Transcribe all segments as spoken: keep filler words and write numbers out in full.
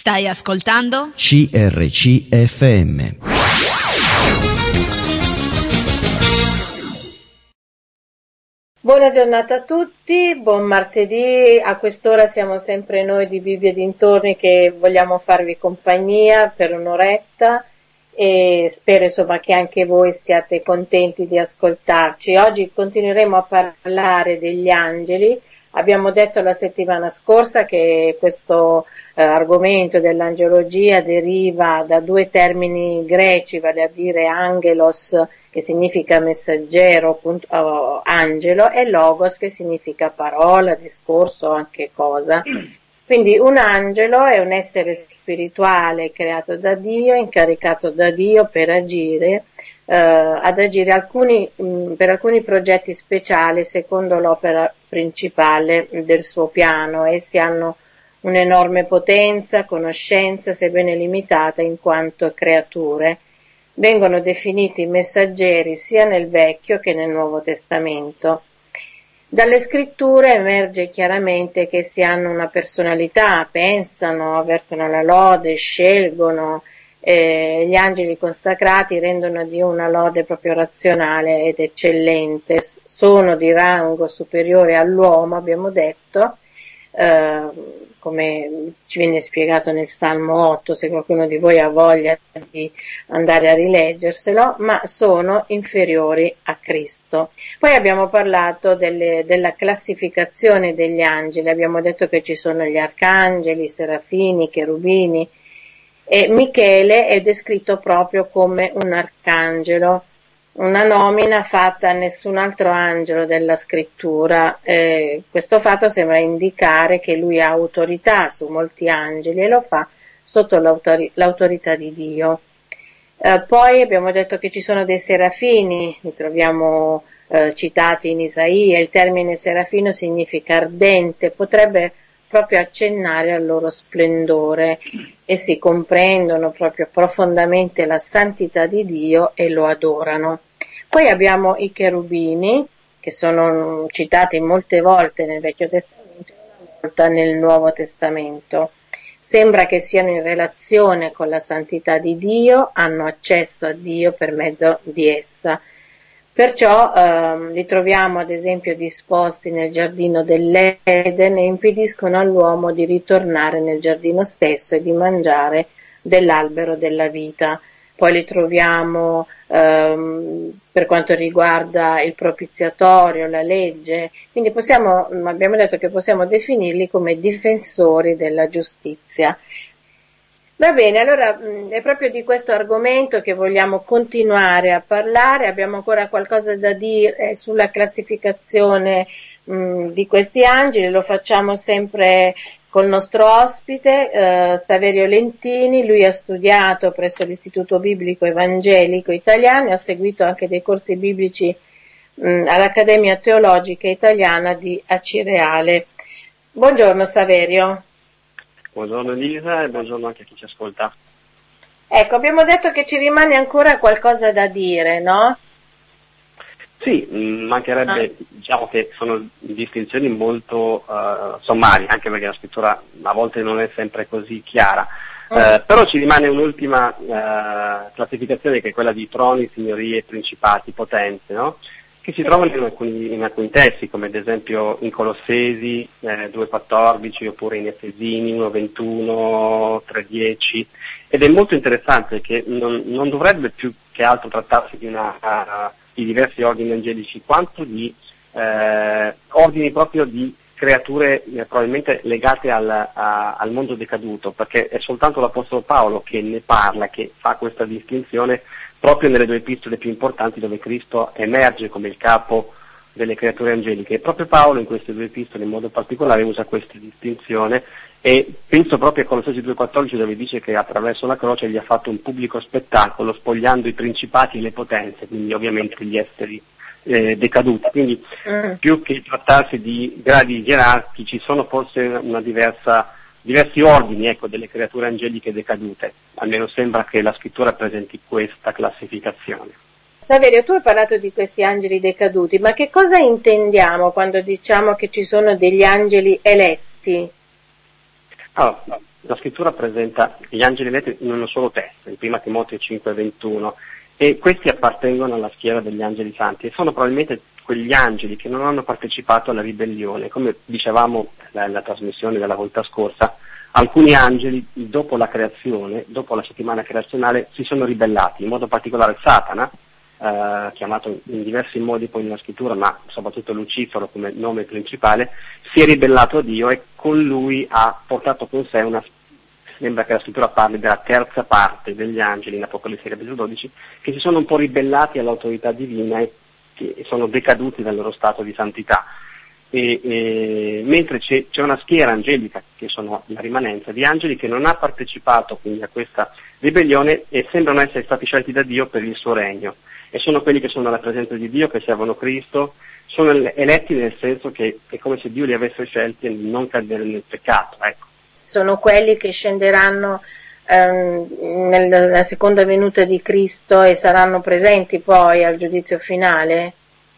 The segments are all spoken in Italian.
Stai ascoltando C R C F M. Buona giornata a tutti, buon martedì. A quest'ora siamo sempre noi di Bibbia e dintorni che vogliamo farvi compagnia per un'oretta e spero insomma che anche voi siate contenti di ascoltarci. Oggi continueremo a parlare degli angeli. Abbiamo detto la settimana scorsa che questo eh, argomento dell'angelologia deriva da due termini greci, vale a dire angelos, che significa messaggero, appunto, oh, angelo, e logos, che significa parola, discorso, anche cosa. Quindi un angelo è un essere spirituale creato da Dio, incaricato da Dio per agire, eh, ad agire alcuni, mh, per alcuni progetti speciali secondo l'opera principale del suo piano. Essi hanno un'enorme potenza, conoscenza, sebbene limitata in quanto creature. Vengono definiti messaggeri sia nel Vecchio che nel Nuovo Testamento. Dalle scritture emerge chiaramente che essi hanno una personalità, pensano, avvertono la lode, scelgono. Eh, gli angeli consacrati rendono a Dio una lode proprio razionale ed eccellente. Sono di rango superiore all'uomo, abbiamo detto, eh, come ci viene spiegato nel Salmo otto, se qualcuno di voi ha voglia di andare a rileggerselo, ma sono inferiori a Cristo. Poi abbiamo parlato delle, della classificazione degli angeli, abbiamo detto che ci sono gli arcangeli, i serafini, i cherubini, e Michele è descritto proprio come un arcangelo, una nomina fatta a nessun altro angelo della scrittura. Eh, questo fatto sembra indicare che lui ha autorità su molti angeli e lo fa sotto l'autori- l'autorità di Dio. Eh, poi abbiamo detto che ci sono dei serafini, li troviamo eh, citati in Isaia. Il termine serafino significa ardente, potrebbe proprio accennare al loro splendore, e si comprendono proprio profondamente la santità di Dio e lo adorano. Poi abbiamo i cherubini, che sono citati molte volte nel Vecchio Testamento e una volta nel Nuovo Testamento. Sembra che siano in relazione con la santità di Dio, hanno accesso a Dio per mezzo di essa. Perciò ehm, li troviamo ad esempio disposti nel giardino dell'Eden e impediscono all'uomo di ritornare nel giardino stesso e di mangiare dell'albero della vita. Poi li troviamo ehm, per quanto riguarda il propiziatorio, la legge, quindi possiamo, abbiamo detto che possiamo definirli come difensori della giustizia. Va bene, allora è proprio di questo argomento che vogliamo continuare a parlare. Abbiamo ancora qualcosa da dire sulla classificazione mh, di questi angeli, lo facciamo sempre col nostro ospite, eh, Saverio Lentini. Lui ha studiato presso l'Istituto Biblico Evangelico Italiano e ha seguito anche dei corsi biblici mh, all'Accademia Teologica Italiana di Acireale. Buongiorno Saverio. Buongiorno Elisa e buongiorno anche a chi ci ascolta. Ecco, abbiamo detto che ci rimane ancora qualcosa da dire, no? Sì, mh, mancherebbe, ah. diciamo che sono distinzioni molto uh, sommarie, anche perché la scrittura a volte non è sempre così chiara, mm. uh, però ci rimane un'ultima uh, classificazione, che è quella di troni, signorie, principati, potenze, no? Che si trovano in alcuni, in alcuni testi, come ad esempio in Colossesi eh, due quattordici, oppure in Efesini uno ventuno, tre dieci, ed è molto interessante che non, non dovrebbe più che altro trattarsi di, una, uh, di diversi ordini angelici, quanto di eh, ordini proprio di creature eh, probabilmente legate al, a, al mondo decaduto, perché è soltanto l'Apostolo Paolo che ne parla, che fa questa distinzione proprio nelle due epistole più importanti, dove Cristo emerge come il capo delle creature angeliche. E proprio Paolo in queste due epistole in modo particolare usa questa distinzione, e penso proprio a Colossesi due quattordici, dove dice che attraverso la croce gli ha fatto un pubblico spettacolo, spogliando i principati e le potenze, quindi ovviamente gli esseri eh, decaduti. Quindi mm. più che trattarsi di gradi gerarchici, sono forse una diversa diversi ordini, ecco, delle creature angeliche decadute. Almeno sembra che la scrittura presenti questa classificazione. Saverio, tu hai parlato di questi angeli decaduti, ma che cosa intendiamo quando diciamo che ci sono degli angeli eletti? Allora, la scrittura presenta gli angeli eletti in uno solo testo, in prima Timoteo cinque ventuno, e questi appartengono alla schiera degli angeli santi e sono probabilmente quegli angeli che non hanno partecipato alla ribellione. Come dicevamo nella trasmissione della volta scorsa, alcuni angeli dopo la creazione, dopo la settimana creazionale, si sono ribellati, in modo particolare Satana, eh, chiamato in diversi modi poi nella scrittura, ma soprattutto Lucifero come nome principale, si è ribellato a Dio e con lui ha portato con sé una, sembra che la scrittura parli della terza parte degli angeli in Apocalisse capitolo dodici, che si sono un po' ribellati all'autorità divina e che sono decaduti dal loro stato di santità. E, e, mentre c'è, c'è una schiera angelica, che sono la rimanenza di angeli, che non ha partecipato quindi a questa ribellione e sembrano essere stati scelti da Dio per il suo regno, e sono quelli che sono alla presenza di Dio, che servono Cristo, sono eletti nel senso che è come se Dio li avesse scelti e non cadere nel peccato, ecco. Sono quelli che scenderanno ehm, nella seconda venuta di Cristo e saranno presenti poi al giudizio finale?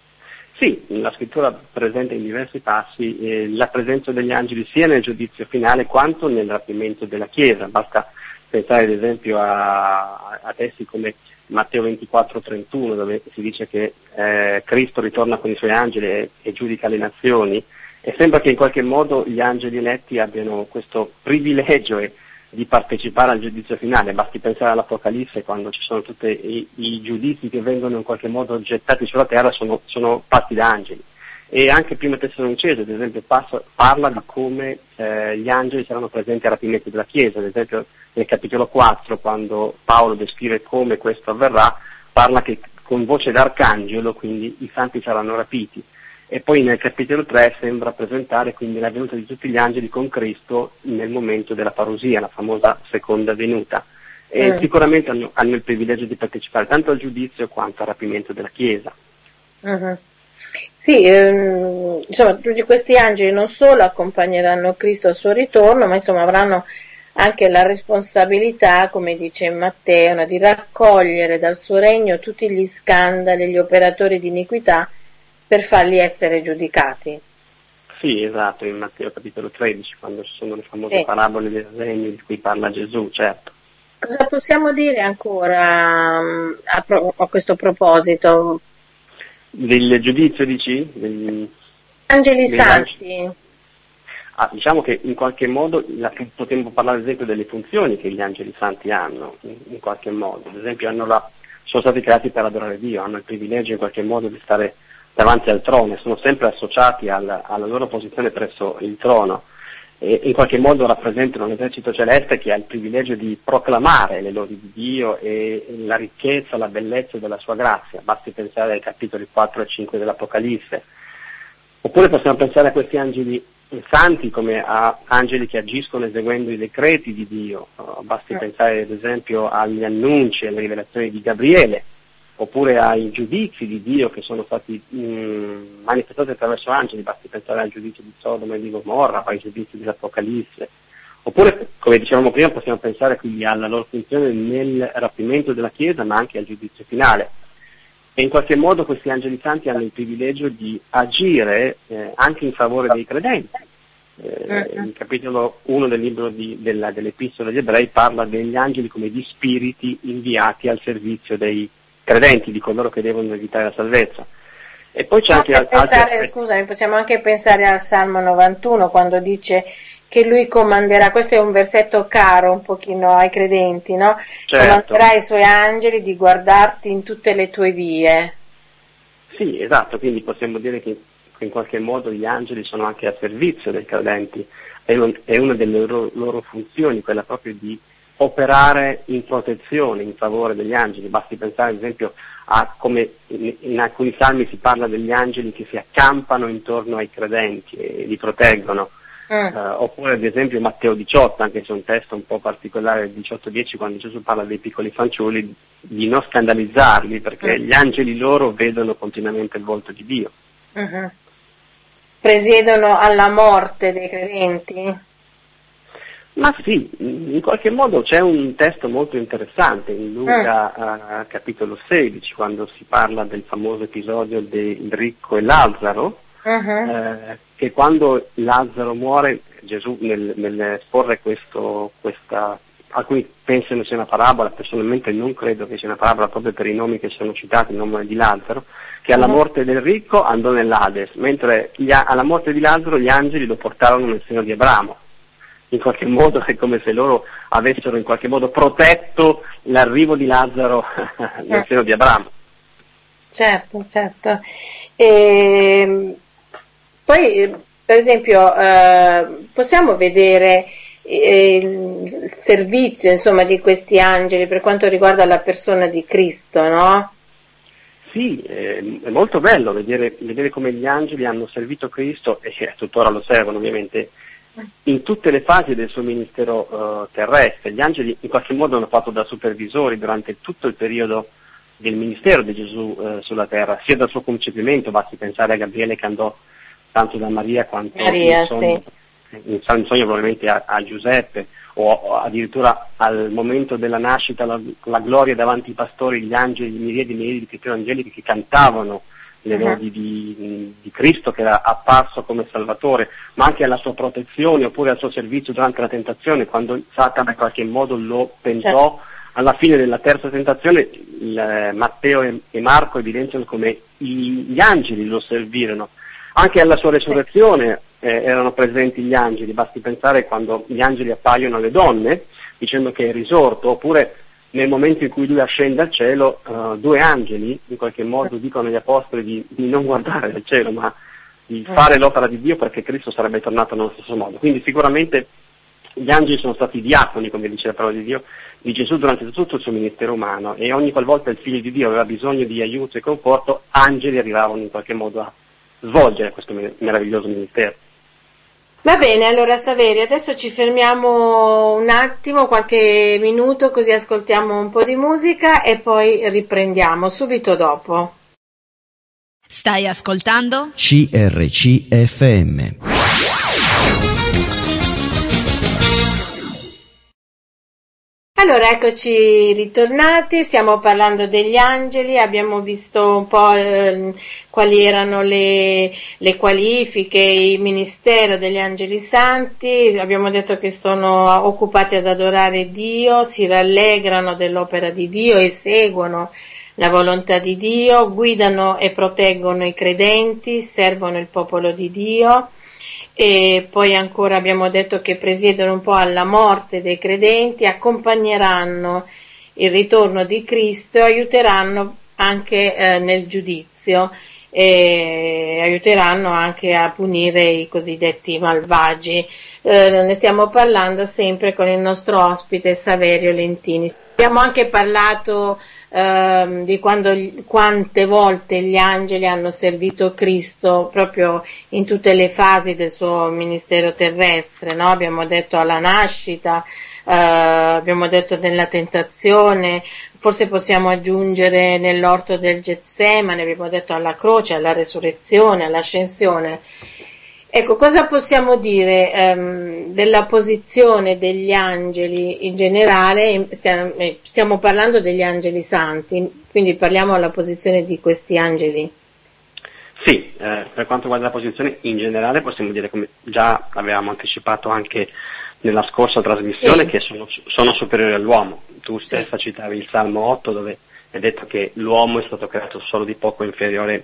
Sì, la scrittura presenta in diversi passi eh, la presenza degli angeli sia nel giudizio finale quanto nel rapimento della Chiesa. Basta pensare ad esempio a, a testi come Matteo ventiquattro trentuno, dove si dice che eh, Cristo ritorna con i suoi angeli e, e giudica le nazioni, e sembra che in qualche modo gli angeli eletti abbiano questo privilegio e, di partecipare al giudizio finale. Basti pensare all'Apocalisse, quando ci sono tutti i, i giudizi che vengono in qualche modo gettati sulla terra, sono, sono fatti da angeli. E anche prima Tessalonicesi, ad esempio, passa, parla di come eh, gli angeli saranno presenti al rapimento della Chiesa. Ad esempio nel capitolo quattro, quando Paolo descrive come questo avverrà, parla che con voce d'arcangelo quindi i santi saranno rapiti. E poi nel capitolo tre sembra presentare quindi la venuta di tutti gli angeli con Cristo nel momento della parousia, la famosa seconda venuta. E mm. sicuramente hanno, hanno il privilegio di partecipare tanto al giudizio quanto al rapimento della Chiesa. Uh-huh. Sì, ehm, insomma, tutti questi angeli non solo accompagneranno Cristo al suo ritorno, ma insomma avranno anche la responsabilità, come dice Matteo, no, di raccogliere dal suo regno tutti gli scandali, gli operatori di iniquità, per farli essere giudicati. Sì, esatto, in Matteo capitolo tredici, quando ci sono le famose sì. parabole del regno di cui parla Gesù, certo. Cosa possiamo dire ancora a, pro- a questo proposito? Del giudizio, dici? Degli angeli degli santi. Angeli. Ah, diciamo che in qualche modo la, potremmo parlare ad esempio delle funzioni che gli angeli santi hanno, in, in qualche modo. Ad esempio hanno la, sono stati creati per adorare Dio, hanno il privilegio in qualche modo di stare davanti al trono, sono sempre associati al, alla loro posizione presso il trono e in qualche modo rappresentano l'esercito celeste che ha il privilegio di proclamare le lodi di Dio e la ricchezza, la bellezza della sua grazia. Basti pensare ai capitoli quattro e cinque dell'Apocalisse. Oppure possiamo pensare a questi angeli santi come a angeli che agiscono eseguendo i decreti di Dio. Basti pensare ad esempio agli annunci e alle rivelazioni di Gabriele, oppure ai giudizi di Dio che sono stati mh, manifestati attraverso angeli. Basti pensare al giudizio di Sodoma e di Gomorra, ai giudizi dell'Apocalisse. Oppure, come dicevamo prima, possiamo pensare quindi alla loro funzione nel rapimento della Chiesa, ma anche al giudizio finale. E in qualche modo questi angeli santi hanno il privilegio di agire eh, anche in favore dei credenti. Eh, il capitolo uno del libro di, della, dell'Epistola agli Ebrei parla degli angeli come di spiriti inviati al servizio dei credenti, di coloro che devono evitare la salvezza. E poi c'è anche, anche pensare, altri... scusami, possiamo anche pensare al Salmo novantuno, quando dice che lui comanderà, questo è un versetto caro un pochino ai credenti, no? Certo. Comanderà ai suoi angeli di guardarti in tutte le tue vie. Sì, esatto, quindi possiamo dire che in qualche modo gli angeli sono anche a servizio dei credenti, è, un, è una delle loro, loro funzioni, quella proprio di operare in protezione, in favore degli angeli. Basti pensare ad esempio a come in, in alcuni salmi si parla degli angeli che si accampano intorno ai credenti e li proteggono. Mm. Uh, oppure ad esempio Matteo diciotto, anche se è un testo un po' particolare, il diciotto dieci, quando Gesù parla dei piccoli fanciulli, di non scandalizzarli, perché mm. gli angeli loro vedono continuamente il volto di Dio. Mm-hmm. Presiedono alla morte dei credenti? Ma sì, in qualche modo c'è un testo molto interessante in Luca mm. uh, capitolo sedici, quando si parla del famoso episodio del ricco e Lazzaro, uh-huh. eh, che quando Lazzaro muore Gesù nel, nel esporre questo, questa, alcuni pensano sia una parabola, personalmente non credo che sia una parabola proprio per i nomi che sono citati, il nome di Lazzaro, che alla morte del ricco andò nell'Ades, mentre gli, alla morte di Lazzaro gli angeli lo portarono nel seno di Abramo. In qualche modo è come se loro avessero in qualche modo protetto l'arrivo di Lazzaro nel seno di Abramo. Certo, certo. E poi, per esempio, eh, possiamo vedere eh, il servizio, insomma, di questi angeli per quanto riguarda la persona di Cristo, no? Sì, eh, è molto bello vedere, vedere come gli angeli hanno servito Cristo e che tuttora lo servono ovviamente in tutte le fasi del suo ministero eh, terrestre. Gli angeli in qualche modo hanno fatto da supervisori durante tutto il periodo del ministero di Gesù eh, sulla terra, sia dal suo concepimento, basti pensare a Gabriele che andò tanto da Maria quanto Maria, in, sogno, sì. in, in sogno probabilmente a, a Giuseppe, o, o addirittura al momento della nascita, la, la gloria davanti ai pastori, gli angeli, miriadi e miriadi di creature angeliche che cantavano le lodi uh-huh. di, di Cristo che era apparso come Salvatore, ma anche alla sua protezione oppure al suo servizio durante la tentazione, quando Satana in qualche modo lo tentò. Certo. Alla fine della terza tentazione il, eh, Matteo e, e Marco evidenziano come i, gli angeli lo servirono. Anche alla sua resurrezione eh, erano presenti gli angeli, basti pensare quando gli angeli appaiono alle donne dicendo che è risorto, oppure nel momento in cui lui ascende al cielo, uh, due angeli in qualche modo dicono agli apostoli di, di non guardare al cielo, ma di fare l'opera di Dio perché Cristo sarebbe tornato nello stesso modo. Quindi sicuramente gli angeli sono stati diaconi, come dice la parola di Dio, di Gesù durante tutto il suo ministero umano, e ogni qualvolta il Figlio di Dio aveva bisogno di aiuto e conforto, angeli arrivavano in qualche modo a svolgere questo meraviglioso ministero. Va bene, allora Saverio, adesso ci fermiamo un attimo, qualche minuto, così ascoltiamo un po' di musica e poi riprendiamo subito dopo. Stai ascoltando? C R C F M. Allora, eccoci ritornati, stiamo parlando degli angeli, abbiamo visto un po' eh, quali erano le, le qualifiche, il ministero degli angeli santi, abbiamo detto che sono occupati ad adorare Dio, si rallegrano dell'opera di Dio, eseguono la volontà di Dio, guidano e proteggono i credenti, servono il popolo di Dio. E poi ancora abbiamo detto che presiedono un po' alla morte dei credenti, accompagneranno il ritorno di Cristo e aiuteranno anche eh, nel giudizio, e aiuteranno anche a punire i cosiddetti malvagi. Eh, ne stiamo parlando sempre con il nostro ospite Saverio Lentini. Abbiamo anche parlato eh, di quando, quante volte gli angeli hanno servito Cristo proprio in tutte le fasi del suo ministero terrestre, no? Abbiamo detto alla nascita, eh, abbiamo detto nella tentazione, forse possiamo aggiungere nell'orto del Getsemane, abbiamo detto alla croce, alla resurrezione, all'ascensione. Ecco, cosa possiamo dire ehm, della posizione degli angeli in generale? Stiamo, stiamo parlando degli angeli santi, quindi parliamo della posizione di questi angeli. Sì, eh, per quanto riguarda la posizione in generale possiamo dire, come già avevamo anticipato anche nella scorsa trasmissione, sì, che sono, sono superiori all'uomo. Tu stessa sì. citavi il Salmo otto, dove è detto che l'uomo è stato creato solo di poco inferiore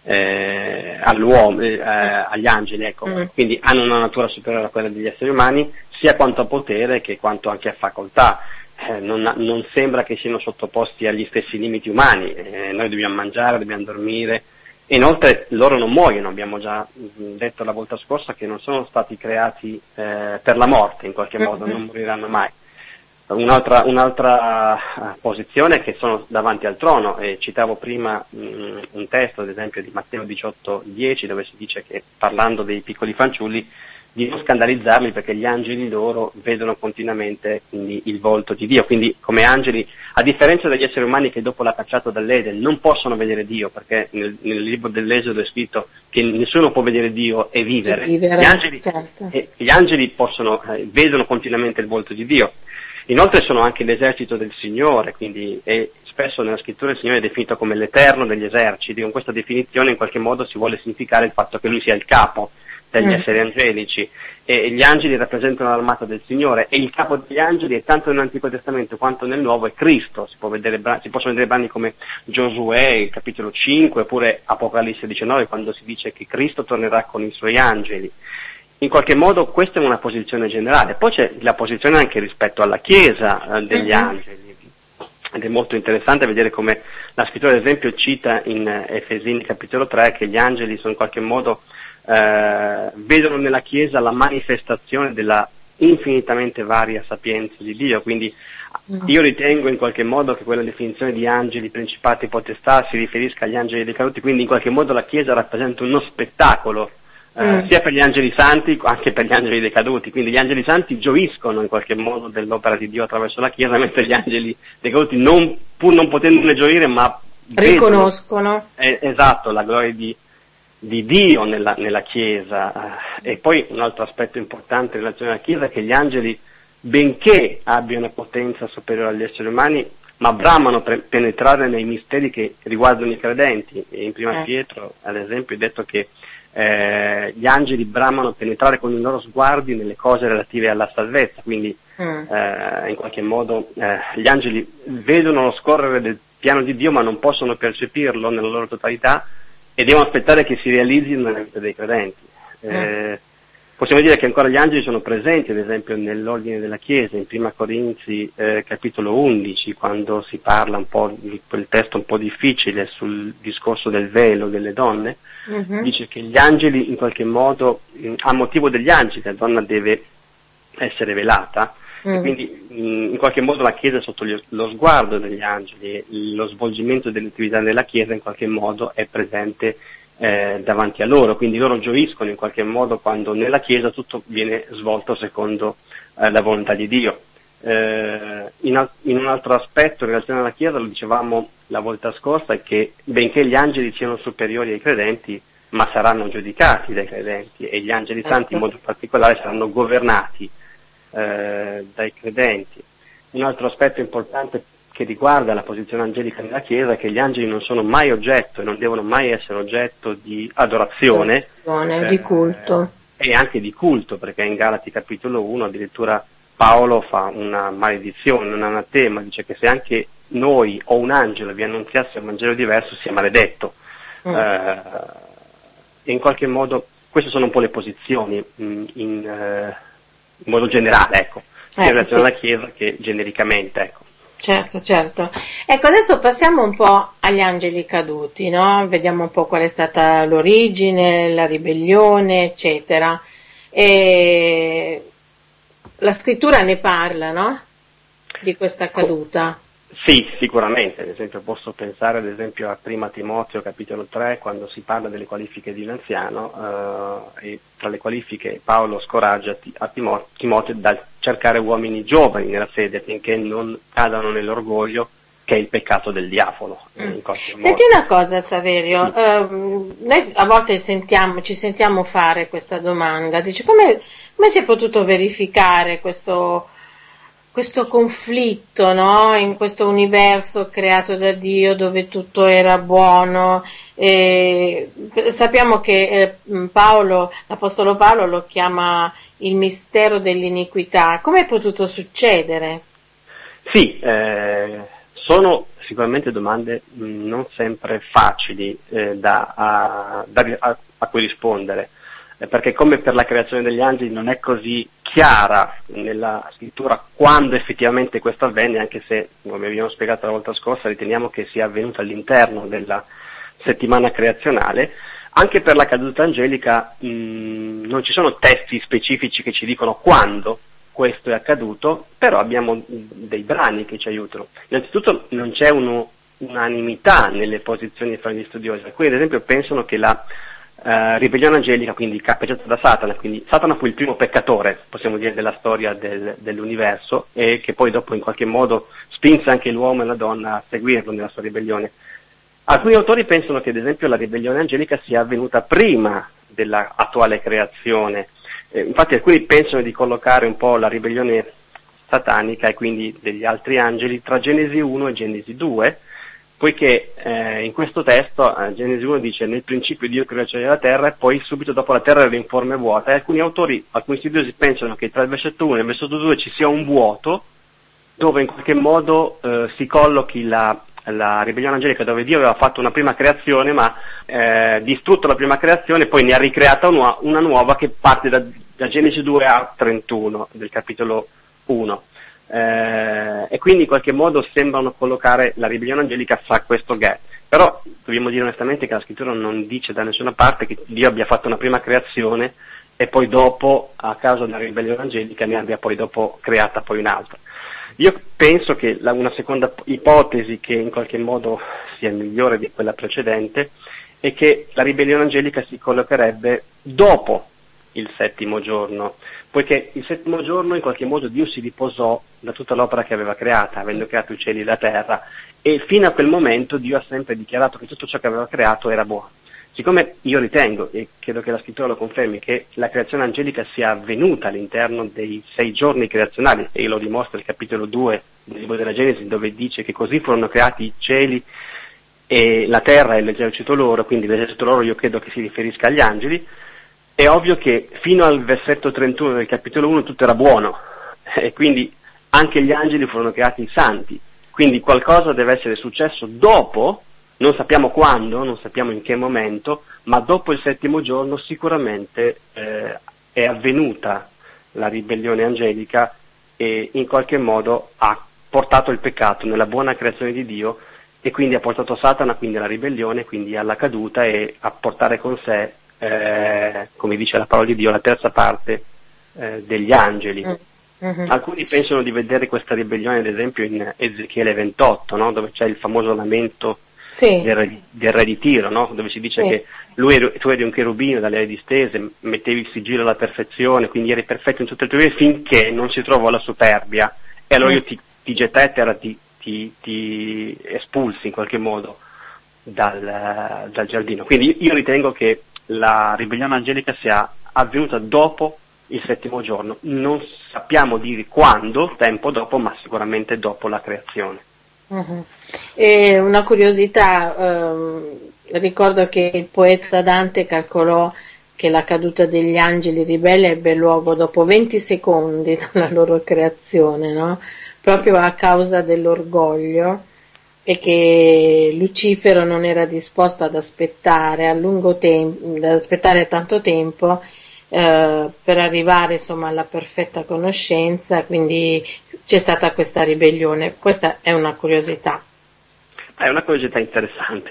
eh, all'uomo, eh, agli angeli, ecco. Mm. Quindi hanno una natura superiore a quella degli esseri umani, sia quanto a potere che quanto anche a facoltà. Eh, non, non sembra che siano sottoposti agli stessi limiti umani, eh, noi dobbiamo mangiare, dobbiamo dormire, e inoltre loro non muoiono, abbiamo già detto la volta scorsa che non sono stati creati eh, per la morte in qualche modo, non moriranno mai. Un'altra, un'altra posizione è che sono davanti al trono, e citavo prima mh, un testo ad esempio di Matteo diciotto dieci, dove si dice che, parlando dei piccoli fanciulli, di non scandalizzarli perché gli angeli loro vedono continuamente quindi il volto di Dio. Quindi come angeli, a differenza degli esseri umani che dopo la cacciata dall'Eden non possono vedere Dio, perché nel, nel libro dell'Esodo è scritto che nessuno può vedere Dio e vivere, vivere gli angeli, certo. eh, gli angeli possono, eh, vedono continuamente il volto di Dio. Inoltre sono anche l'esercito del Signore, quindi è, spesso nella scrittura il Signore è definito come l'Eterno degli eserciti. Con questa definizione in qualche modo si vuole significare il fatto che Lui sia il capo degli Mm. esseri angelici, e gli angeli rappresentano l'armata del Signore, e il capo degli angeli è tanto nell'Antico Testamento quanto nel Nuovo è Cristo. Si può vedere, bra- si possono vedere brani come Giosuè, il capitolo cinque, oppure Apocalisse diciannove, quando si dice che Cristo tornerà con i suoi angeli. In qualche modo questa è una posizione generale. Poi c'è la posizione anche rispetto alla Chiesa eh, degli Mhm. angeli, ed è molto interessante vedere come la scrittura, ad esempio, cita in eh, Efesini capitolo tre che gli angeli sono in qualche modo eh, vedono nella Chiesa la manifestazione della infinitamente varia sapienza di Dio. Quindi io ritengo in qualche modo che quella definizione di angeli, principati, potestà si riferisca agli angeli decaduti, quindi in qualche modo la Chiesa rappresenta uno spettacolo eh, Mm. sia per gli angeli santi anche per gli angeli decaduti. Quindi gli angeli santi gioiscono in qualche modo dell'opera di Dio attraverso la Chiesa, mentre gli angeli decaduti, non, pur non potendone gioire, ma vedono, Riconoscono. eh, esatto, la gloria di, di Dio nella, nella Chiesa. E poi un altro aspetto importante in relazione alla Chiesa è che gli angeli, benché abbiano potenza superiore agli esseri umani, ma bramano per penetrare nei misteri che riguardano i credenti. E in prima Eh. Pietro, ad esempio, è detto che eh, gli angeli bramano penetrare con i loro sguardi nelle cose relative alla salvezza. Quindi Mm. eh, in qualche modo eh, gli angeli vedono lo scorrere del piano di Dio, ma non possono percepirlo nella loro totalità, e devono aspettare che si realizzino nella vita dei credenti. Eh, Possiamo dire che ancora gli angeli sono presenti, ad esempio, nell'ordine della Chiesa, in prima Corinzi eh, capitolo undici, quando si parla un po' di quel testo un po' difficile sul discorso del velo delle donne. Mhm. Dice che gli angeli, in qualche modo, mh, a motivo degli angeli, la donna deve essere velata, Mm. e quindi mh, in qualche modo la Chiesa è sotto gli- lo sguardo degli angeli, e lo svolgimento delle attività della Chiesa in qualche modo è presente eh, davanti a loro, quindi loro gioiscono in qualche modo quando nella Chiesa tutto viene svolto secondo eh, la volontà di Dio. Eh, in, al- in un altro aspetto in relazione alla Chiesa, lo dicevamo la volta scorsa, è che benché gli angeli siano superiori ai credenti, ma saranno giudicati dai credenti, e gli angeli Certo. santi in modo particolare saranno governati eh, dai credenti. Un altro aspetto importante che riguarda la posizione angelica nella Chiesa è che gli angeli non sono mai oggetto e non devono mai essere oggetto di adorazione, Adorazione, di culto. eh, e anche di culto, perché in Galati capitolo uno addirittura Paolo fa una maledizione, un anatema, dice che se anche noi o un angelo vi annunziasse un Vangelo diverso sia maledetto. Mm. Eh, e in qualche modo queste sono un po' le posizioni mh, in, eh, in modo generale, ecco, sia Ecco, in relazione sì. alla Chiesa che genericamente, ecco. Certo, certo. Ecco, adesso passiamo un po' agli angeli caduti, no? Vediamo un po' qual è stata l'origine, la ribellione, eccetera. E la scrittura ne parla, no? Di questa caduta. Sì, sicuramente, ad esempio posso pensare ad esempio a prima Timoteo capitolo tre, quando si parla delle qualifiche di un anziano, eh, e tra le qualifiche Paolo scoraggia Ti- a Timo- Timoteo dal cercare uomini giovani nella fede, finché non cadano nell'orgoglio, che è il peccato del diavolo. eh, in qualche modo. Senti una cosa, Saverio, ehm, noi a volte sentiamo, ci sentiamo fare questa domanda, dice come, come si è potuto verificare questo, questo conflitto, no? In questo universo creato da Dio dove tutto era buono. E sappiamo che eh, Paolo, l'Apostolo Paolo lo chiama il mistero dell'iniquità. Come è potuto succedere? Sì, eh, sono sicuramente domande mh, non sempre facili eh, da, a, da- a- a cui rispondere, eh, perché come per la creazione degli angeli non è così chiara nella scrittura quando effettivamente questo avvenne, anche se, come abbiamo spiegato la volta scorsa, riteniamo che sia avvenuto all'interno della settimana creazionale. Anche per la caduta angelica mh, non ci sono testi specifici che ci dicono quando questo è accaduto, però abbiamo dei brani che ci aiutano. Innanzitutto non c'è uno, unanimità nelle posizioni fra gli studiosi. Alcuni ad esempio pensano che la eh, ribellione angelica, quindi cappeggiata da Satana, quindi Satana fu il primo peccatore, possiamo dire, della storia del, dell'universo, e che poi dopo in qualche modo spinse anche l'uomo e la donna a seguirlo nella sua ribellione. Alcuni autori pensano che ad esempio la ribellione angelica sia avvenuta prima dell'attuale creazione. Eh, infatti alcuni pensano di collocare un po' la ribellione satanica e quindi degli altri angeli tra Genesi uno e Genesi due, poiché eh, in questo testo, eh, Genesi uno dice nel principio Dio creò il cielo e la terra, e poi subito dopo la terra era informe e vuota, e alcuni autori, alcuni studiosi pensano che tra il versetto uno e il versetto due ci sia un vuoto, dove in qualche modo eh, si collochi la, la ribellione angelica, dove Dio aveva fatto una prima creazione, ma eh, distrutto la prima creazione, poi ne ha ricreata una, una nuova che parte da, da Genesi due a trentuno del capitolo uno. Eh, e quindi in qualche modo sembrano collocare la ribellione angelica fra questo gap, però dobbiamo dire onestamente che la scrittura non dice da nessuna parte che Dio abbia fatto una prima creazione e poi dopo, a causa della ribellione angelica, ne abbia poi dopo creata poi un'altra. Io penso che la, una seconda ipotesi, che in qualche modo sia migliore di quella precedente, è che la ribellione angelica si collocherebbe dopo il settimo giorno, poiché il settimo giorno in qualche modo Dio si riposò da tutta l'opera che aveva creata, avendo creato i cieli e la terra, e fino a quel momento Dio ha sempre dichiarato che tutto ciò che aveva creato era buono. Siccome io ritengo, e credo che la scrittura lo confermi, che la creazione angelica sia avvenuta all'interno dei sei giorni creazionali, e lo dimostra il capitolo due del libro della Genesi, dove dice che così furono creati i cieli e la terra e l'esercito loro, quindi l'esercito loro io credo che si riferisca agli angeli, è ovvio che fino al versetto trentuno del capitolo uno tutto era buono, e quindi anche gli angeli furono creati santi, quindi qualcosa deve essere successo dopo, non sappiamo quando, non sappiamo in che momento, ma dopo il settimo giorno sicuramente eh, è avvenuta la ribellione angelica, e in qualche modo ha portato il peccato nella buona creazione di Dio, e quindi ha portato Satana quindi alla ribellione, quindi alla caduta, e a portare con sé, Eh, come dice la parola di Dio, la terza parte eh, degli angeli. Mm-hmm. Alcuni pensano di vedere questa ribellione ad esempio in Ezechiele ventotto, no? Dove c'è il famoso lamento sì. del, re, del re di Tiro, no? Dove si dice sì. che lui eri, tu eri un cherubino dalle ali distese, mettevi il sigillo alla perfezione, quindi eri perfetto in tutte le tue vie finché non si trovò la superbia, e allora mm. io ti, ti gettai a terra, ti, ti, ti espulsi in qualche modo dal, dal giardino. Quindi io ritengo che la ribellione angelica sia avvenuta dopo il settimo giorno, non sappiamo dire quando, tempo dopo, ma sicuramente dopo la creazione. Uh-huh. E una curiosità, ehm, ricordo che il poeta Dante calcolò che la caduta degli angeli ribelli ebbe luogo dopo venti secondi dalla loro creazione, no? Proprio a causa dell'orgoglio, e che Lucifero non era disposto ad aspettare a lungo tempo, ad aspettare tanto tempo eh, per arrivare insomma alla perfetta conoscenza, quindi c'è stata questa ribellione. Questa è una curiosità. È una curiosità interessante.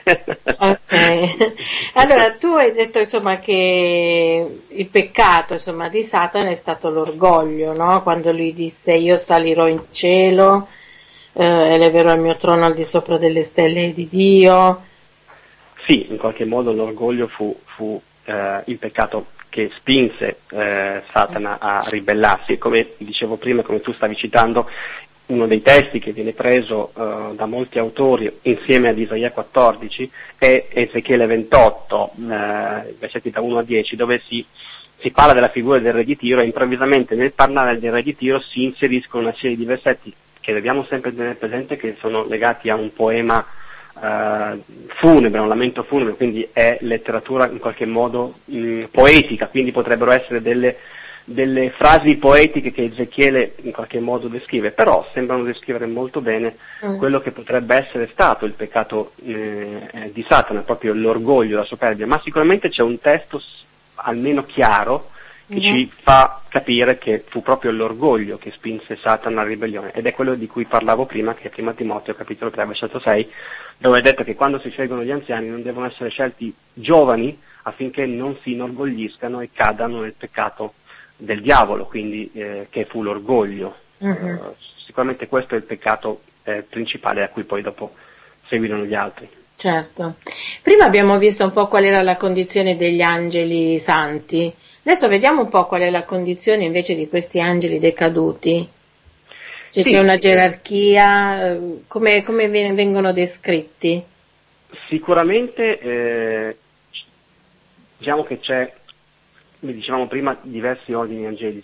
Ok. Allora, tu hai detto insomma che il peccato insomma di Satana è stato l'orgoglio, no? Quando lui disse io salirò in cielo, Eh, eleverò il mio trono al di sopra delle stelle di Dio. Sì, in qualche modo l'orgoglio fu, fu eh, il peccato che spinse eh, Satana a ribellarsi. Come dicevo prima, come tu stavi citando, uno dei testi che viene preso eh, da molti autori insieme ad Isaia quattordici è Ezechiele ventotto, eh, versetti da uno a dieci, dove si si parla della figura del re di Tiro, e improvvisamente nel parlare del re di Tiro si inseriscono una serie di versetti che dobbiamo sempre tenere presente che sono legati a un poema eh, funebre, un lamento funebre, quindi è letteratura in qualche modo mh, poetica, quindi potrebbero essere delle, delle frasi poetiche che Ezechiele in qualche modo descrive, però sembrano descrivere molto bene mm. quello che potrebbe essere stato il peccato eh, di Satana, proprio l'orgoglio, la superbia, ma sicuramente c'è un testo almeno chiaro che mm-hmm. ci fa capire che fu proprio l'orgoglio che spinse Satana alla ribellione, ed è quello di cui parlavo prima, che è prima Timoteo capitolo tre versetto sei, dove è detto che quando si scelgono gli anziani non devono essere scelti giovani affinché non si inorgogliscano e cadano nel peccato del diavolo, quindi eh, che fu l'orgoglio. Mm-hmm. Uh, sicuramente questo è il peccato eh, principale a cui poi dopo seguirono gli altri. Certo. Prima abbiamo visto un po' qual era la condizione degli angeli santi. Adesso vediamo un po' qual è la condizione invece di questi angeli decaduti. Se sì, c'è una gerarchia, come, come vengono descritti? Sicuramente eh, diciamo che c'è, come dicevamo prima, diversi ordini angelici.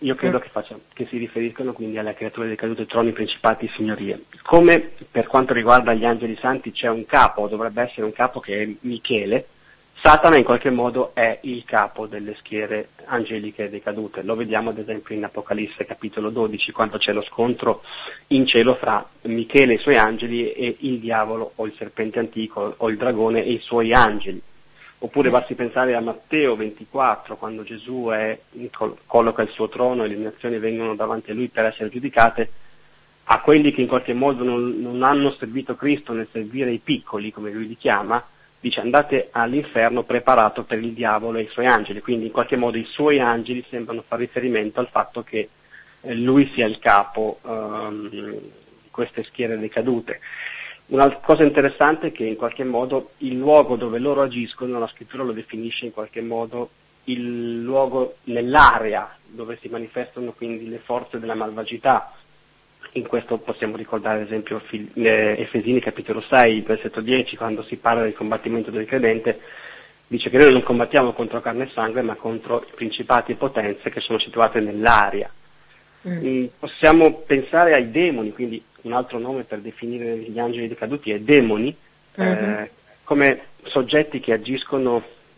io credo che, faccia, che si riferiscono quindi alle creature decadute, troni, principati, signorie. Come per quanto riguarda gli angeli santi c'è un capo, dovrebbe essere un capo che è Michele, Satana in qualche modo è il capo delle schiere angeliche decadute. Lo vediamo ad esempio in Apocalisse capitolo dodici, quando c'è lo scontro in cielo fra Michele e i suoi angeli e il diavolo o il serpente antico o il dragone e i suoi angeli. Oppure basti pensare a Matteo ventiquattro, quando Gesù è, colloca il suo trono e le nazioni vengono davanti a lui per essere giudicate, a quelli che in qualche modo non, non hanno servito Cristo nel servire i piccoli, come lui li chiama, dice andate all'inferno preparato per il diavolo e i suoi angeli. Quindi in qualche modo i suoi angeli sembrano fare riferimento al fatto che eh, lui sia il capo um, di queste schiere decadute. Una cosa interessante è che in qualche modo il luogo dove loro agiscono, la scrittura lo definisce in qualche modo il luogo nell'area dove si manifestano quindi le forze della malvagità. In questo possiamo ricordare ad esempio Efesini capitolo sei, versetto dieci, quando si parla del combattimento del credente, dice che noi non combattiamo contro carne e sangue ma contro i principati e potenze che sono situate nell'area. Mm. Possiamo pensare ai demoni, quindi un altro nome per definire gli angeli decaduti è demoni, mm-hmm. eh, come soggetti che agiscono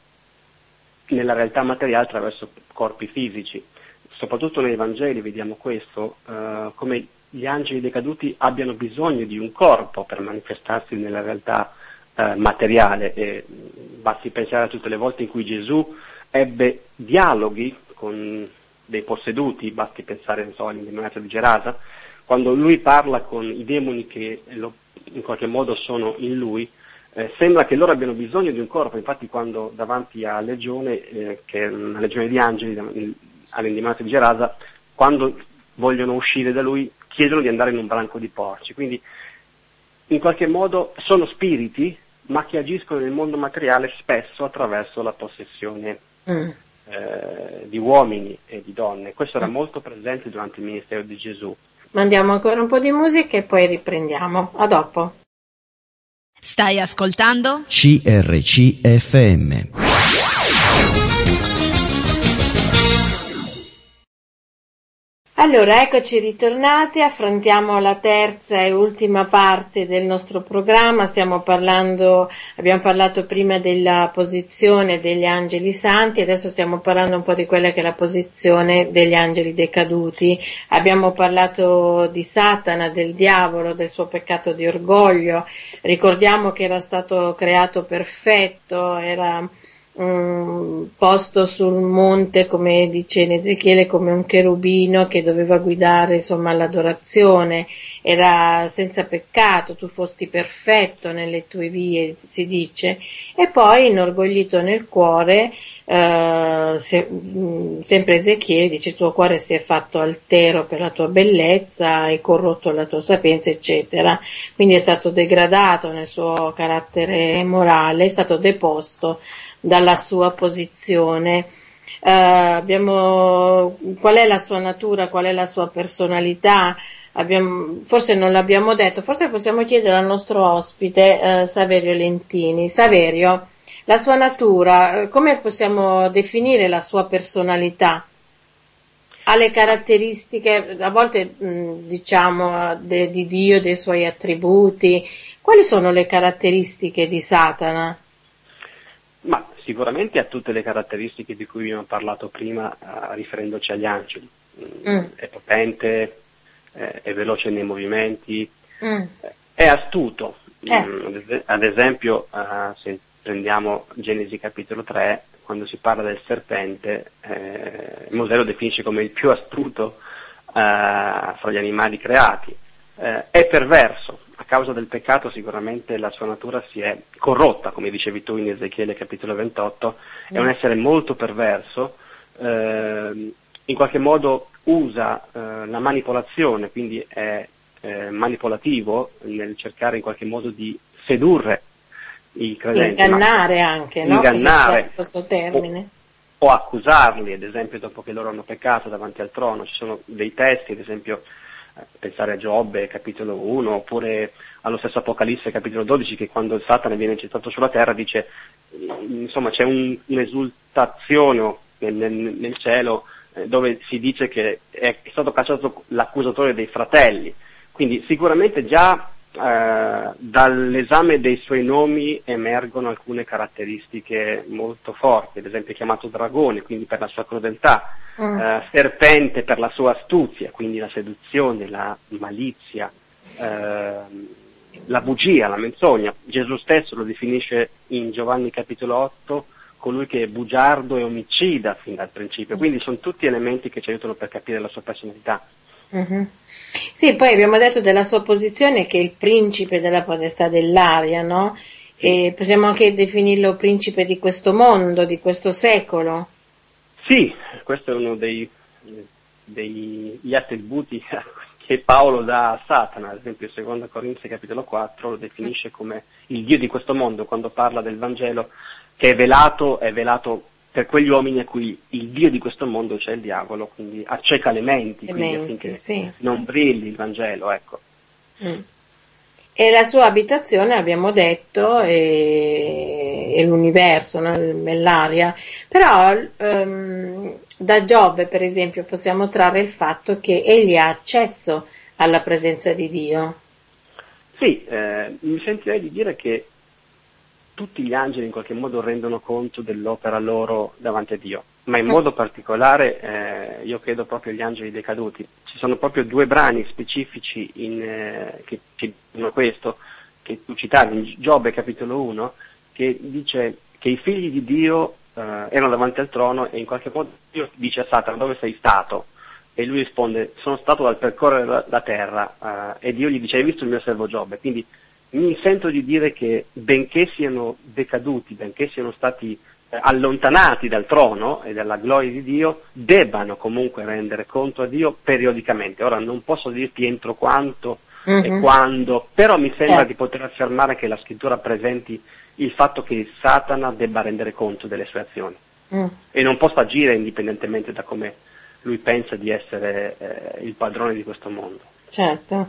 nella realtà materiale attraverso corpi fisici. Soprattutto nei Vangeli vediamo questo, eh, come gli angeli decaduti abbiano bisogno di un corpo per manifestarsi nella realtà eh, materiale. E basti pensare a tutte le volte in cui Gesù ebbe dialoghi con dei posseduti, basti pensare non so, all'indemoniato di Gerasa, quando lui parla con i demoni che lo, in qualche modo sono in lui, eh, sembra che loro abbiano bisogno di un corpo. Infatti quando davanti a Legione, eh, che è una legione di angeli, all'indemoniato di Gerasa, quando vogliono uscire da lui chiedono di andare in un branco di porci. Quindi in qualche modo sono spiriti ma che agiscono nel mondo materiale spesso attraverso la possessione mm. eh, di uomini e di donne. Questo era molto presente durante il ministero di Gesù. Mandiamo ancora un po' di musica e poi riprendiamo. A dopo. Stai ascoltando C R C F M. Allora, eccoci ritornati, affrontiamo la terza e ultima parte del nostro programma. Stiamo parlando, abbiamo parlato prima della posizione degli angeli santi, adesso stiamo parlando un po' di quella che è la posizione degli angeli decaduti. Abbiamo parlato di Satana, del diavolo, del suo peccato di orgoglio. Ricordiamo che era stato creato perfetto, era Um, posto sul monte, come dice in Ezechiele, come un cherubino che doveva guidare insomma l'adorazione, era senza peccato, tu fosti perfetto nelle tue vie, si dice, e poi inorgoglito nel cuore, uh, se, um, sempre Ezechiele dice il tuo cuore si è fatto altero per la tua bellezza, hai corrotto la tua sapienza, eccetera. Quindi è stato degradato nel suo carattere morale, è stato deposto dalla sua posizione. Uh, abbiamo, qual è la sua natura, qual è la sua personalità? Abbiamo, forse non l'abbiamo detto, forse possiamo chiedere al nostro ospite uh, Saverio Lentini. Saverio, la sua natura, come possiamo definire la sua personalità? Ha le caratteristiche, a volte mh, diciamo de, di Dio, dei suoi attributi. Quali sono le caratteristiche di Satana? Ma sicuramente ha tutte le caratteristiche di cui abbiamo parlato prima, uh, riferendoci agli angeli. Mm. È potente, eh, è veloce nei movimenti, mm. è astuto. Eh. Mm, ad esempio, uh, se prendiamo Genesi capitolo tre, quando si parla del serpente, eh, Mosè lo definisce come il più astuto uh, fra gli animali creati. Eh, è perverso. A causa del peccato sicuramente la sua natura si è corrotta, come dicevi tu in Ezechiele capitolo ventotto, è un essere molto perverso, eh, in qualche modo usa eh, la manipolazione, quindi è eh, manipolativo nel cercare in qualche modo di sedurre i credenti. Ingannare anche, no? Ingannare. Questo termine. O, o accusarli, ad esempio dopo che loro hanno peccato davanti al trono. Ci sono dei testi, ad esempio pensare a Giobbe capitolo uno, oppure allo stesso Apocalisse capitolo dodici, che quando Satana viene gettato sulla terra dice, insomma c'è un, un'esultazione nel, nel, nel cielo eh, dove si dice che è stato cacciato l'accusatore dei fratelli. Quindi sicuramente già eh, dall'esame dei suoi nomi emergono alcune caratteristiche molto forti, ad esempio è chiamato dragone, quindi per la sua crudeltà, mm. eh, serpente per la sua astuzia, quindi la seduzione, la malizia, eh, la bugia, la menzogna. Gesù stesso lo definisce in Giovanni capitolo otto colui che è bugiardo e omicida fin dal principio, quindi sono tutti elementi che ci aiutano per capire la sua personalità. Mm-hmm. Sì, poi abbiamo detto della sua posizione che è il principe della potestà dell'aria, no? Sì. E possiamo anche definirlo principe di questo mondo, di questo secolo. Sì, questo è uno dei, degli attributi che Paolo dà a Satana, ad esempio secondo Corinzi capitolo quattro lo definisce come il Dio di questo mondo, quando parla del Vangelo che è velato, è velato per quegli uomini a cui il Dio di questo mondo, cioè il diavolo, quindi acceca le menti, le quindi menti, affinché sì. non brilli il Vangelo, ecco. Mm. E la sua abitazione, abbiamo detto, è, è l'universo, no? Nell'aria, però um, da Giobbe, per esempio, possiamo trarre il fatto che egli ha accesso alla presenza di Dio. Sì, eh, mi sentirei di dire che tutti gli angeli in qualche modo rendono conto dell'opera loro davanti a Dio, ma in modo particolare eh, io credo proprio agli angeli decaduti. Ci sono proprio due brani specifici in, eh, che ci dicono questo, che tu citavi, in Giobbe capitolo uno, che dice che i figli di Dio eh, erano davanti al trono e in qualche modo Dio dice a Satana: dove sei stato? E lui risponde: sono stato dal percorrere la, la terra, eh, e Dio gli dice: hai visto il mio servo Giobbe? Quindi mi sento di dire che benché siano decaduti, benché siano stati eh, allontanati dal trono e dalla gloria di Dio, debbano comunque rendere conto a Dio periodicamente. Ora non posso dirti entro quanto mm-hmm. e quando, però mi sembra eh. di poter affermare che la scrittura presenti il fatto che Satana debba rendere conto delle sue azioni mm. e non possa agire indipendentemente da come lui pensa di essere eh, il padrone di questo mondo. Certo.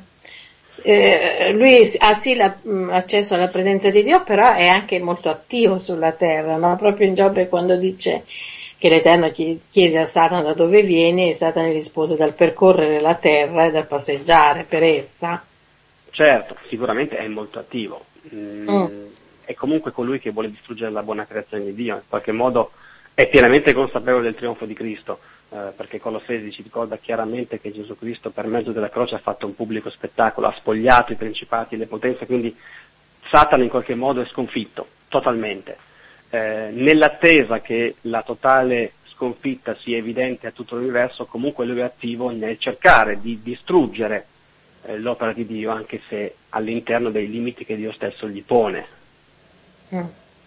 Eh, lui ha sì la, mh, accesso alla presenza di Dio, però è anche molto attivo sulla terra, no? Proprio in Giobbe quando dice che l'Eterno chiese a Satana da dove viene, e Satana gli rispose: dal percorrere la terra e dal passeggiare per essa. Certo, sicuramente è molto attivo, mm, mm. è comunque colui che vuole distruggere la buona creazione di Dio, in qualche modo è pienamente consapevole del trionfo di Cristo. Eh, perché Colossesi ci ricorda chiaramente che Gesù Cristo per mezzo della croce ha fatto un pubblico spettacolo, ha spogliato i principati e le potenze, quindi Satana in qualche modo è sconfitto, totalmente. Eh, nell'attesa che la totale sconfitta sia evidente a tutto l'universo, comunque lui è attivo nel cercare di distruggere eh, l'opera di Dio, anche se all'interno dei limiti che Dio stesso gli pone. Mm.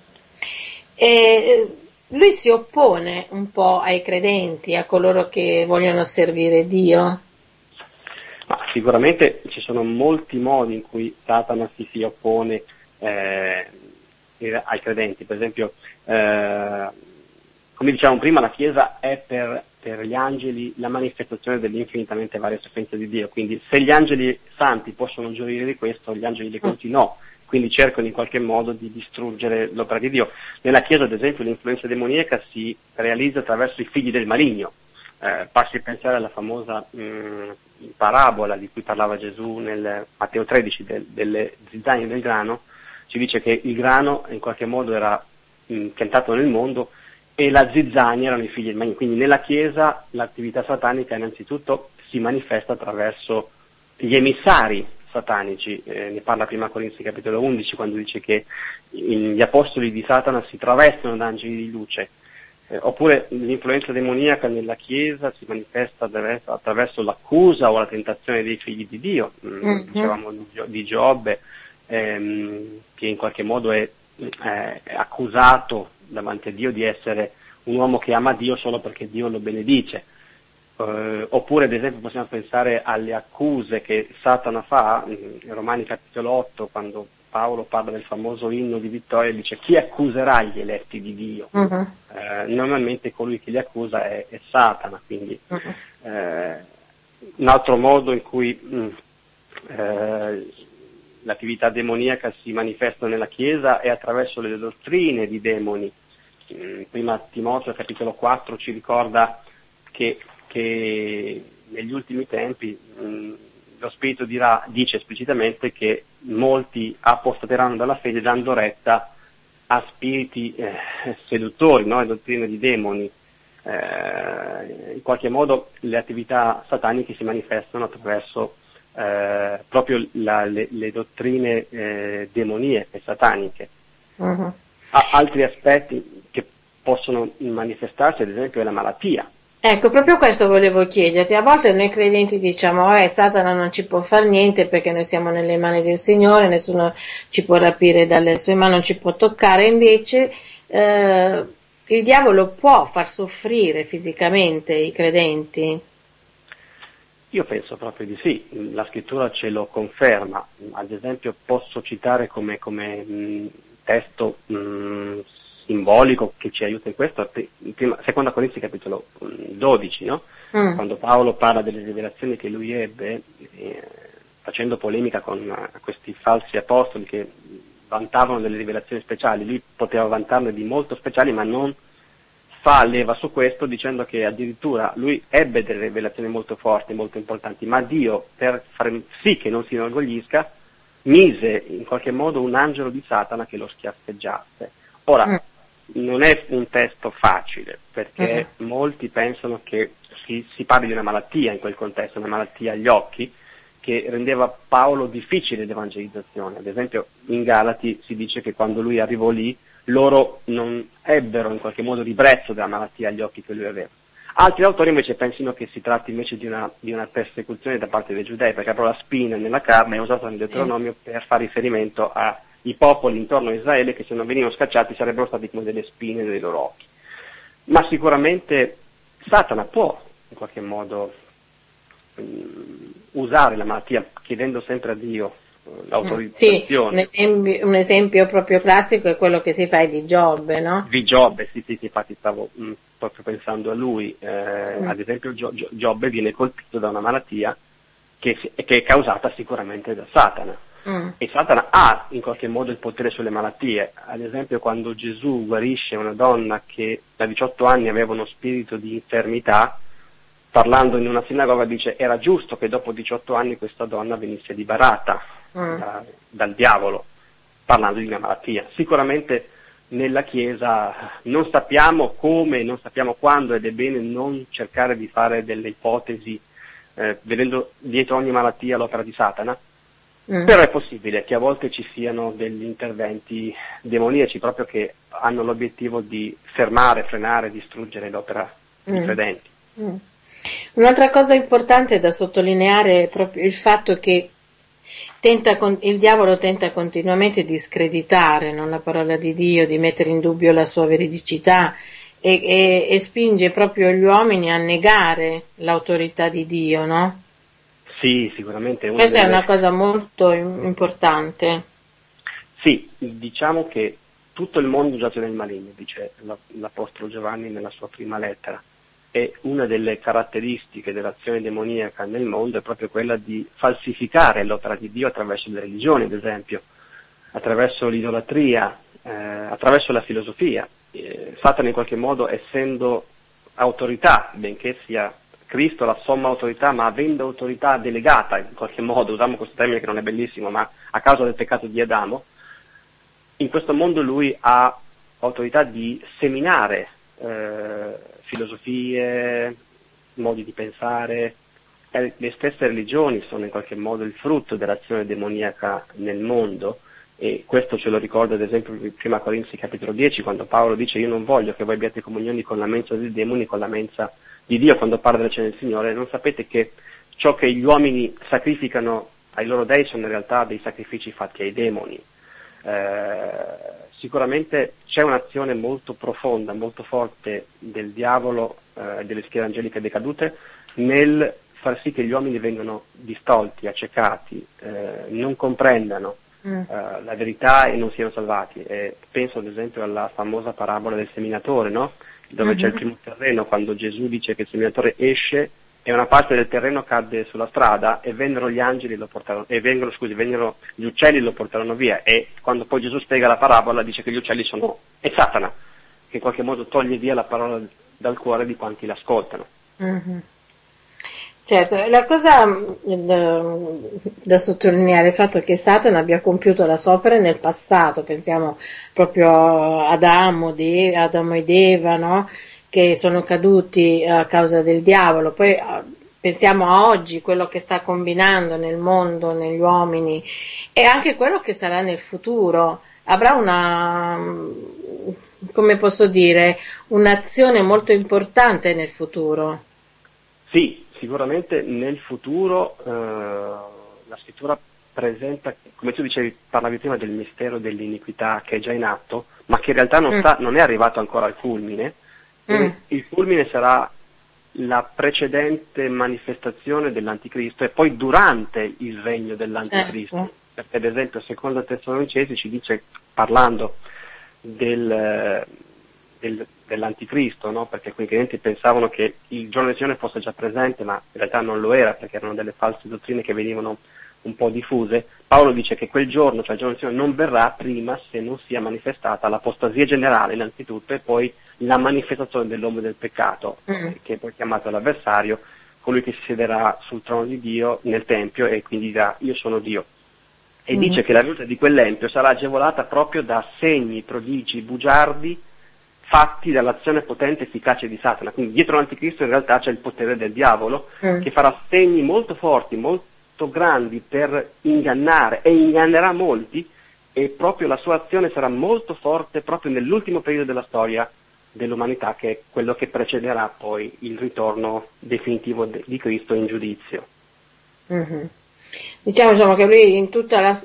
E... Lui si oppone un po' ai credenti, a coloro che vogliono servire Dio? Ma sicuramente ci sono molti modi in cui Satana si, si oppone eh, ai credenti. Per esempio, eh, come dicevamo prima, la Chiesa è per, per gli angeli la manifestazione dell'infinitamente varia sofferenza di Dio. Quindi se gli angeli santi possono gioire di questo, gli angeli decaduti no. Quindi cercano in qualche modo di distruggere l'opera di Dio. Nella Chiesa, ad esempio, l'influenza demoniaca si realizza attraverso i figli del maligno. Eh, basti pensare alla famosa mh, parabola di cui parlava Gesù nel Matteo tredici, del, delle zizzanie del grano. Ci dice che il grano in qualche modo era mh, piantato nel mondo e la zizzania erano i figli del maligno. Quindi nella Chiesa l'attività satanica innanzitutto si manifesta attraverso gli emissari satanici, eh, ne parla prima Corinzi capitolo undici quando dice che gli apostoli di Satana si travestono da angeli di luce, eh, oppure l'influenza demoniaca nella Chiesa si manifesta attraverso, attraverso l'accusa o la tentazione dei figli di Dio, mm-hmm. dicevamo di, di Giobbe, ehm, che in qualche modo è, eh, è accusato davanti a Dio di essere un uomo che ama Dio solo perché Dio lo benedice. Uh, oppure ad esempio possiamo pensare alle accuse che Satana fa in Romani capitolo otto, quando Paolo parla del famoso inno di vittoria, dice: chi accuserà gli eletti di Dio? Uh-huh. Uh, normalmente colui che li accusa è, è Satana, quindi uh-huh. uh, un altro modo in cui uh, uh, l'attività demoniaca si manifesta nella Chiesa è attraverso le dottrine di demoni. Uh, prima Timoteo capitolo quattro ci ricorda che, che negli ultimi tempi mh, lo Spirito dirà, dice esplicitamente che molti apostateranno dalla fede dando retta a spiriti eh, seduttori, no? E dottrine di demoni. Eh, in qualche modo le attività sataniche si manifestano attraverso eh, proprio la, le, le dottrine eh, demoniache, sataniche. Uh-huh. A, altri aspetti che possono manifestarsi, ad esempio, è la malattia. Ecco, proprio questo volevo chiederti. A volte noi credenti diciamo, eh, Satana non ci può fare niente perché noi siamo nelle mani del Signore, nessuno ci può rapire dalle sue mani, non ci può toccare, invece eh, il diavolo può far soffrire fisicamente i credenti? Io penso proprio di sì, la scrittura ce lo conferma. Ad esempio posso citare come, come mh, testo mh, simbolico che ci aiuta in questo, prima, seconda Corinzi capitolo dodici, no? Mm. Quando Paolo parla delle rivelazioni che lui ebbe, eh, facendo polemica con uh, questi falsi apostoli che vantavano delle rivelazioni speciali, lui poteva vantarne di molto speciali, ma non fa leva su questo, dicendo che addirittura lui ebbe delle rivelazioni molto forti, molto importanti, ma Dio, per far sì che non si inorgoglisca, mise in qualche modo un angelo di Satana che lo schiaffeggiasse. Ora, mm. non è un testo facile, perché uh-huh. molti pensano che si, si parli di una malattia in quel contesto, una malattia agli occhi, che rendeva Paolo difficile l'evangelizzazione. Ad esempio in Galati si dice che quando lui arrivò lì, loro non ebbero in qualche modo ribrezzo della malattia agli occhi che lui aveva. Altri autori invece pensano che si tratti invece di una, di una persecuzione da parte dei giudei, perché proprio la spina nella carne è usata nel Deuteronomio sì. per fare riferimento a i popoli intorno a Israele che se non venivano scacciati sarebbero stati come delle spine nei loro occhi. Ma sicuramente Satana può in qualche modo um, usare la malattia chiedendo sempre a Dio uh, l'autorizzazione. Sì, un esempio, un esempio proprio classico è quello che si fa di Giobbe, no? Di Giobbe, sì, sì, sì, infatti stavo mh, proprio pensando a lui. Eh, mm. Ad esempio Gio- Gio- Giobbe viene colpito da una malattia che, si- che è causata sicuramente da Satana. Mm. E Satana ha in qualche modo il potere sulle malattie. Ad esempio quando Gesù guarisce una donna che da diciotto anni aveva uno spirito di infermità, parlando in una sinagoga dice era giusto che dopo diciotto anni questa donna venisse liberata mm. da, dal diavolo, parlando di una malattia. Sicuramente nella Chiesa non sappiamo come, non sappiamo quando, ed è bene non cercare di fare delle ipotesi eh, vedendo dietro ogni malattia l'opera di Satana. Mm. Però è possibile che a volte ci siano degli interventi demoniaci proprio che hanno l'obiettivo di fermare, frenare, distruggere l'opera mm. dei credenti. Mm. Un'altra cosa importante da sottolineare è proprio il fatto che tenta, il diavolo tenta continuamente di screditare, no, la parola di Dio, di mettere in dubbio la sua veridicità e, e, e spinge proprio gli uomini a negare l'autorità di Dio, no? Sì, sicuramente. Una Questa delle... è una cosa molto importante. Sì, diciamo che tutto il mondo giace nel maligno, dice l'Apostolo Giovanni nella sua prima lettera, e una delle caratteristiche dell'azione demoniaca nel mondo è proprio quella di falsificare l'opera di Dio attraverso le religioni, ad esempio, attraverso l'idolatria, eh, attraverso la filosofia. Eh, Satana in qualche modo, essendo autorità, benché sia Cristo la somma autorità, ma avendo autorità delegata, in qualche modo, usiamo questo termine che non è bellissimo, ma a causa del peccato di Adamo, in questo mondo lui ha autorità di seminare eh, filosofie, modi di pensare, eh, le stesse religioni sono in qualche modo il frutto dell'azione demoniaca nel mondo, e questo ce lo ricorda ad esempio in prima Corinzi capitolo dieci, quando Paolo dice io non voglio che voi abbiate comunioni con la mensa dei demoni, con la mensa di Dio, quando parla della cena del Signore. Non sapete che ciò che gli uomini sacrificano ai loro dei sono in realtà dei sacrifici fatti ai demoni. Eh, sicuramente c'è un'azione molto profonda, molto forte del diavolo e eh, delle schiere angeliche decadute nel far sì che gli uomini vengano distolti, accecati, eh, non comprendano mm. eh, la verità e non siano salvati. E penso ad esempio alla famosa parabola del seminatore, no? Dove uh-huh. c'è il primo terreno, quando Gesù dice che il seminatore esce e una parte del terreno cadde sulla strada e vennero gli angeli lo portarono, e vengono, scusi, vennero gli uccelli lo portarono via, e quando poi Gesù spiega la parabola dice che gli uccelli sono, è Satana, che in qualche modo toglie via la parola dal cuore di quanti l'ascoltano. Mm-hmm. Certo, la cosa da, da sottolineare è il fatto che Satana abbia compiuto la sua opera nel passato, pensiamo proprio ad Adamo, di, Adamo ed Eva, no? Che sono caduti a causa del diavolo, poi pensiamo a oggi, quello che sta combinando nel mondo, negli uomini, e anche quello che sarà nel futuro. Avrà una, come posso dire, un'azione molto importante nel futuro. Sì, sicuramente nel futuro eh, la scrittura presenta, come tu dicevi, parlavi prima del mistero dell'iniquità che è già in atto, ma che in realtà non, sta, non è arrivato ancora al culmine. Mm. Il culmine sarà la precedente manifestazione dell'anticristo e poi durante il regno dell'anticristo, certo. Perché ad esempio secondo Tessalonicesi ci dice, parlando del, del, dell'anticristo, no? Perché quei credenti pensavano che il giorno del Signore fosse già presente, ma in realtà non lo era, perché erano delle false dottrine che venivano un po' diffuse. Paolo dice che quel giorno, cioè il giorno del Signore, non verrà prima se non sia manifestata l'apostasia generale innanzitutto e poi la manifestazione dell'uomo del peccato, mm. che è poi chiamato l'avversario, colui che si siederà sul trono di Dio nel Tempio e quindi dirà io sono Dio. E mm. dice che la venuta di quell'empio sarà agevolata proprio da segni, prodigi, bugiardi fatti dall'azione potente e efficace di Satana. Quindi dietro l'anticristo in realtà c'è il potere del diavolo mm. che farà segni molto forti, molto grandi per ingannare e ingannerà molti, e proprio la sua azione sarà molto forte proprio nell'ultimo periodo della storia dell'umanità, che è quello che precederà poi il ritorno definitivo de- di Cristo in giudizio. Mm-hmm. Diciamo insomma che lui in tutta la,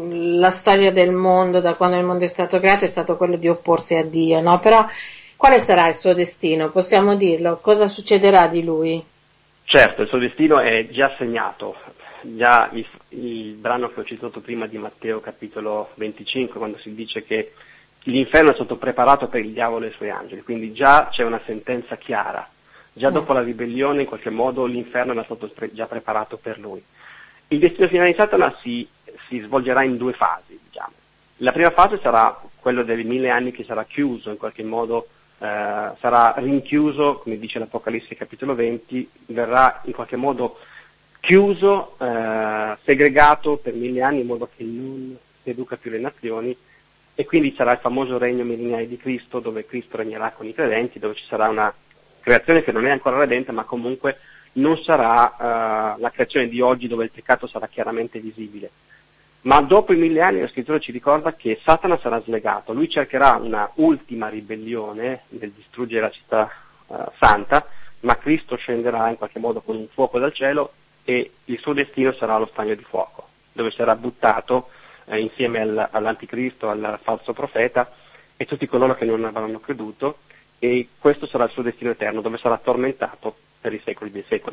la storia del mondo, da quando il mondo è stato creato, è stato quello di opporsi a Dio, no? Però quale sarà il suo destino? Possiamo dirlo? Cosa succederà di lui? Certo, il suo destino è già segnato. Già il, il brano che ho citato prima di Matteo capitolo venticinque, quando si dice che l'inferno è stato preparato per il diavolo e i suoi angeli, quindi già c'è una sentenza chiara, già dopo la ribellione in qualche modo l'inferno era stato pre- già preparato per lui. Il destino finale di Satana si, si svolgerà in due fasi, diciamo. La prima fase sarà quello dei mille anni che sarà chiuso, in qualche modo eh, sarà rinchiuso, come dice l'Apocalisse capitolo venti, verrà in qualche modo chiuso, eh, segregato per mille anni in modo che non seduca più le nazioni, e quindi sarà il famoso regno millenario di Cristo, dove Cristo regnerà con i credenti, dove ci sarà una creazione che non è ancora redenta, ma comunque non sarà uh, la creazione di oggi dove il peccato sarà chiaramente visibile. Ma dopo i mille anni la scrittura ci ricorda che Satana sarà slegato, lui cercherà una ultima ribellione nel distruggere la città uh, santa, ma Cristo scenderà in qualche modo con un fuoco dal cielo e il suo destino sarà lo stagno di fuoco, dove sarà buttato eh, insieme al, all'anticristo, al falso profeta e tutti coloro che non avranno creduto, e questo sarà il suo destino eterno, dove sarà tormentato per i secoli dei secoli.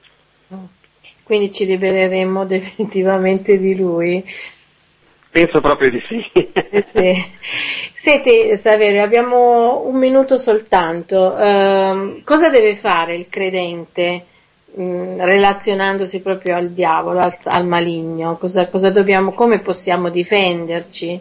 Quindi ci libereremo definitivamente di lui? Penso proprio di sì. Eh sì. Senti Saverio, abbiamo un minuto soltanto. Uh, cosa deve fare il credente mh, relazionandosi proprio al diavolo, al, al maligno? Cosa, cosa dobbiamo, come possiamo difenderci?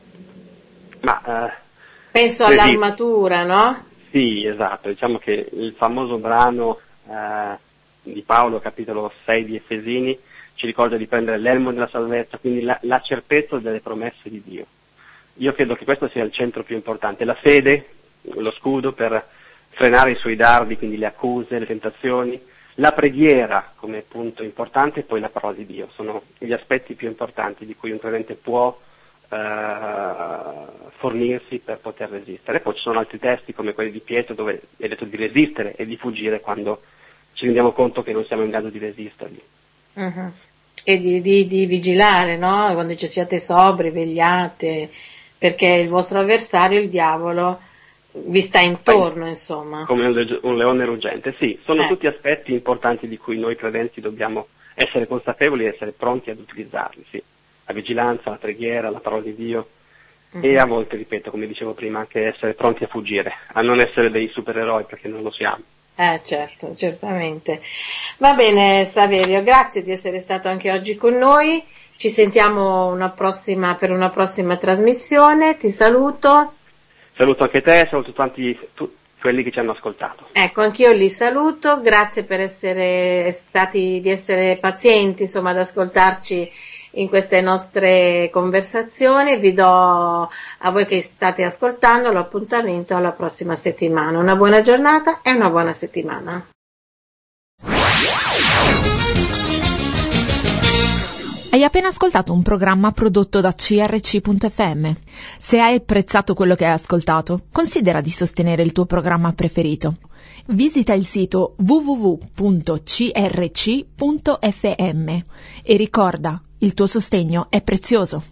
Ma, uh, Penso all'armatura, no? Sì, esatto. Diciamo che il famoso brano uh, di Paolo, capitolo sei di Efesini, ci ricorda di prendere l'elmo della salvezza, quindi la, la certezza delle promesse di Dio. Io credo che questo sia il centro più importante, la fede, lo scudo per frenare i suoi dardi, quindi le accuse, le tentazioni, la preghiera come punto importante e poi la parola di Dio. Sono gli aspetti più importanti di cui un credente può eh, fornirsi per poter resistere. Poi ci sono altri testi come quelli di Pietro dove è detto di resistere e di fuggire quando ci rendiamo conto che non siamo in grado di resistergli. Uh-huh. E di, di, di vigilare, no? Quando ci siate sobri, vegliate, perché il vostro avversario, il diavolo, vi sta intorno, insomma. Come un, le- un leone ruggente, sì, sono eh. tutti aspetti importanti di cui noi credenti dobbiamo essere consapevoli e essere pronti ad utilizzarli, sì. La vigilanza, la preghiera, la parola di Dio, mm-hmm. e a volte, ripeto, come dicevo prima, anche essere pronti a fuggire, a non essere dei supereroi, perché non lo siamo. Eh certo, certamente. Va bene Saverio, grazie di essere stato anche oggi con noi, ci sentiamo una prossima, per una prossima trasmissione, ti saluto. Saluto anche te, saluto tanti, tu, quelli che ci hanno ascoltato. Ecco, anch'io li saluto, grazie per essere stati, di essere pazienti, insomma, ad ascoltarci in queste nostre conversazioni. Vi do a voi che state ascoltando l'appuntamento alla prossima settimana. Una buona giornata e una buona settimana. Hai appena ascoltato un programma prodotto da C R C punto F M. Se hai apprezzato quello che hai ascoltato, considera di sostenere il tuo programma preferito. Visita il sito w w w punto c r c punto f m e ricorda, il tuo sostegno è prezioso.